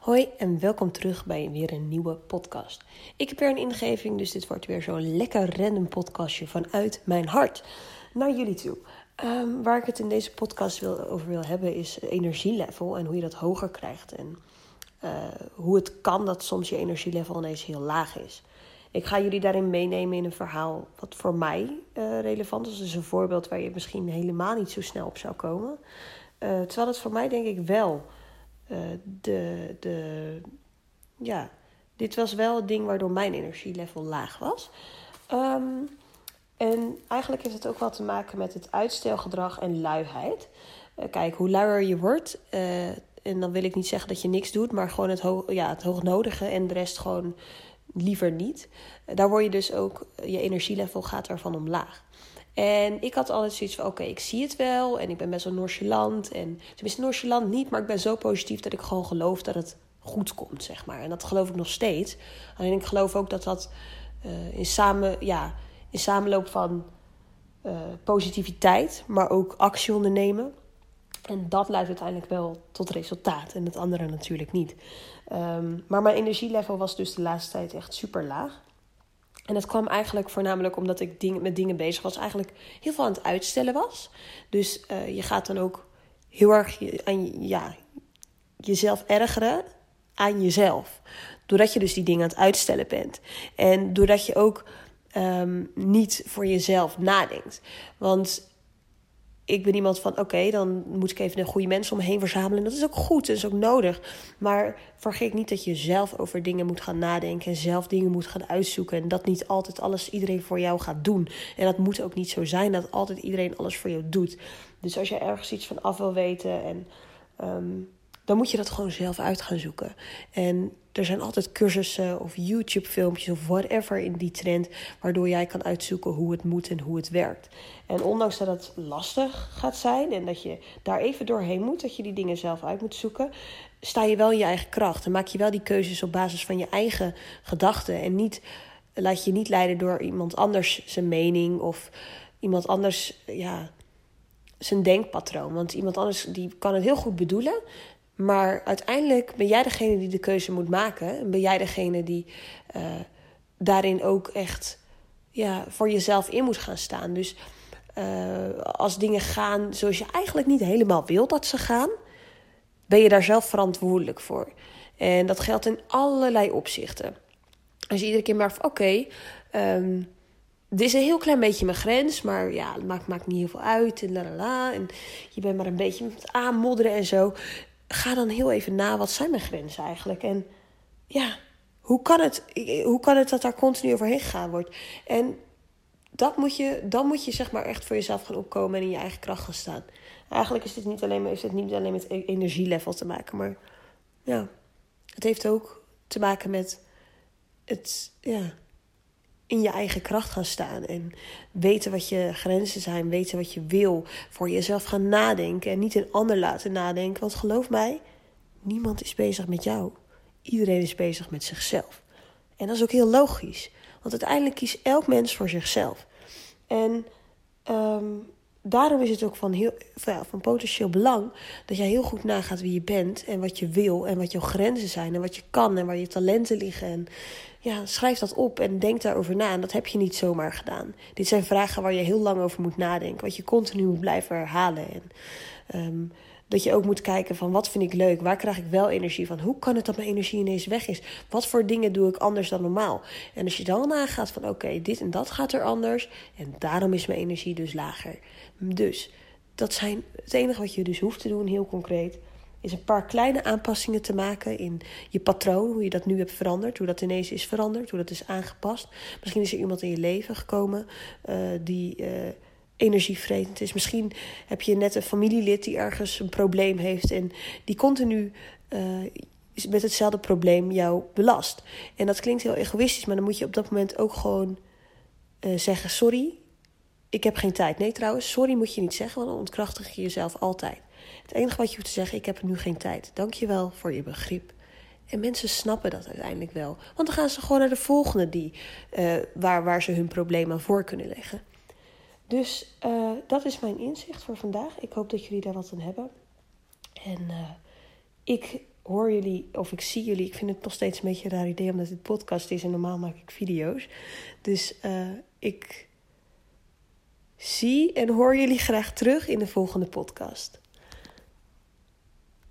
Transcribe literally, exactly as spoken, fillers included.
Hoi en welkom terug bij weer een nieuwe podcast. Ik heb weer een ingeving, dus dit wordt weer zo'n lekker random podcastje vanuit mijn hart naar jullie toe. Um, waar ik het in deze podcast wil, over wil hebben is energielevel en hoe je dat hoger krijgt. En uh, hoe het kan dat soms je energielevel ineens heel laag is. Ik ga jullie daarin meenemen in een verhaal wat voor mij uh, relevant is. Dus een voorbeeld waar je misschien helemaal niet zo snel op zou komen. Uh, terwijl het voor mij denk ik wel... Uh, de, de, ja, dit was wel het ding waardoor mijn energielevel laag was. Um, en eigenlijk heeft het ook wel te maken met het uitstelgedrag en luiheid. Uh, kijk, hoe luier je wordt, uh, en dan wil ik niet zeggen dat je niks doet, maar gewoon het, ho- ja, het hoognodige en de rest gewoon liever niet. Uh, daar word je dus ook, je energielevel gaat ervan omlaag. En ik had altijd zoiets van, oké, okay, ik zie het wel en ik ben best wel nonchalant. En tenminste nonchalant niet, maar ik ben zo positief dat ik gewoon geloof dat het goed komt, zeg maar. En dat geloof ik nog steeds. Alleen ik geloof ook dat dat uh, in, samen, ja, in samenloop van uh, positiviteit, maar ook actie ondernemen. En dat leidt uiteindelijk wel tot resultaat en het andere natuurlijk niet. Um, maar mijn energielevel was dus de laatste tijd echt super laag. En dat kwam eigenlijk voornamelijk omdat ik ding, met dingen bezig was. Eigenlijk heel veel aan het uitstellen was. Dus uh, je gaat dan ook heel erg aan ja, jezelf ergeren aan jezelf. Doordat je dus die dingen aan het uitstellen bent. En doordat je ook um, niet voor jezelf nadenkt. Want... ik ben iemand van, oké, okay, dan moet ik even de goede mensen om me heen verzamelen. Dat is ook goed, dat is ook nodig. Maar vergeet niet dat je zelf over dingen moet gaan nadenken... en zelf dingen moet gaan uitzoeken. En dat niet altijd alles iedereen voor jou gaat doen. En dat moet ook niet zo zijn dat altijd iedereen alles voor jou doet. Dus als je ergens iets van af wil weten... en um, dan moet je dat gewoon zelf uit gaan zoeken. En er zijn altijd cursussen of YouTube-filmpjes of whatever in die trend... waardoor jij kan uitzoeken hoe het moet en hoe het werkt. En ondanks dat het lastig gaat zijn en dat je daar even doorheen moet... dat je die dingen zelf uit moet zoeken... sta je wel in je eigen kracht en maak je wel die keuzes op basis van je eigen gedachten. En niet, laat je niet leiden door iemand anders zijn mening of iemand anders ja, zijn denkpatroon. Want iemand anders die kan het heel goed bedoelen... maar uiteindelijk ben jij degene die de keuze moet maken. En ben jij degene die uh, daarin ook echt ja, voor jezelf in moet gaan staan. Dus uh, als dingen gaan zoals je eigenlijk niet helemaal wilt dat ze gaan... ben je daar zelf verantwoordelijk voor. En dat geldt in allerlei opzichten. Als je iedere keer merkt van oké... Okay, um, dit is een heel klein beetje mijn grens, maar ja, het maakt, maakt niet heel veel uit. En, lalala, en je bent maar een beetje met aanmodderen en zo... ga dan heel even na, wat zijn mijn grenzen eigenlijk? En ja, hoe kan het, hoe kan het dat daar continu overheen gegaan wordt? En dat moet je, dan moet je zeg maar echt voor jezelf gaan opkomen en in je eigen kracht gaan staan. Eigenlijk is dit niet alleen, heeft het niet alleen met energielevel te maken, maar ja, het heeft ook te maken met het, ja, in je eigen kracht gaan staan en weten wat je grenzen zijn, weten wat je wil, voor jezelf gaan nadenken en niet een ander laten nadenken. Want geloof mij, niemand is bezig met jou. Iedereen is bezig met zichzelf. En dat is ook heel logisch, want uiteindelijk kiest elk mens voor zichzelf. En um, daarom is het ook van, heel, van, van potentieel belang dat jij heel goed nagaat wie je bent en wat je wil en wat jouw grenzen zijn en wat je kan en waar je talenten liggen. En ja, schrijf dat op en denk daarover na. En dat heb je niet zomaar gedaan. Dit zijn vragen waar je heel lang over moet nadenken, wat je continu moet blijven herhalen. En um, dat je ook moet kijken van wat vind ik leuk, waar krijg ik wel energie van, hoe kan het dat mijn energie ineens weg is, wat voor dingen doe ik anders dan normaal. En als je dan nagaat van oké, okay, dit en dat gaat er anders en daarom is mijn energie dus lager. Dus dat zijn het enige wat je dus hoeft te doen, heel concreet, is een paar kleine aanpassingen te maken in je patroon, hoe je dat nu hebt veranderd, hoe dat ineens is veranderd, hoe dat is aangepast. Misschien is er iemand in je leven gekomen uh, die uh, energievretend is. Misschien heb je net een familielid die ergens een probleem heeft en die continu uh, met hetzelfde probleem jou belast. En dat klinkt heel egoïstisch, maar dan moet je op dat moment ook gewoon uh, zeggen, sorry, ik heb geen tijd. Nee trouwens, sorry moet je niet zeggen, want dan ontkrachtig je jezelf altijd. Het enige wat je hoeft te zeggen, ik heb nu geen tijd. Dank je wel voor je begrip. En mensen snappen dat uiteindelijk wel. Want dan gaan ze gewoon naar de volgende die, uh, waar, waar ze hun probleem aan voor kunnen leggen. Dus uh, dat is mijn inzicht voor vandaag. Ik hoop dat jullie daar wat aan hebben. En uh, ik hoor jullie, of ik zie jullie. Ik vind het nog steeds een beetje een raar idee, omdat het podcast is en normaal maak ik video's. Dus uh, ik zie en hoor jullie graag terug in de volgende podcast.